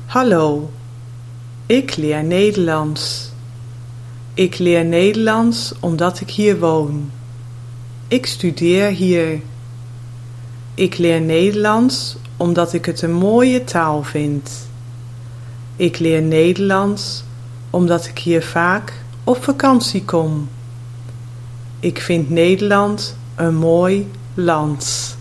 Hallo, ik leer Nederlands. Ik leer Nederlands omdat ik hier woon. Ik studeer hier. Ik leer Nederlands omdat ik het een mooie taal vind. Ik leer Nederlands omdat ik hier vaak op vakantie kom. Ik vind Nederland een mooi land.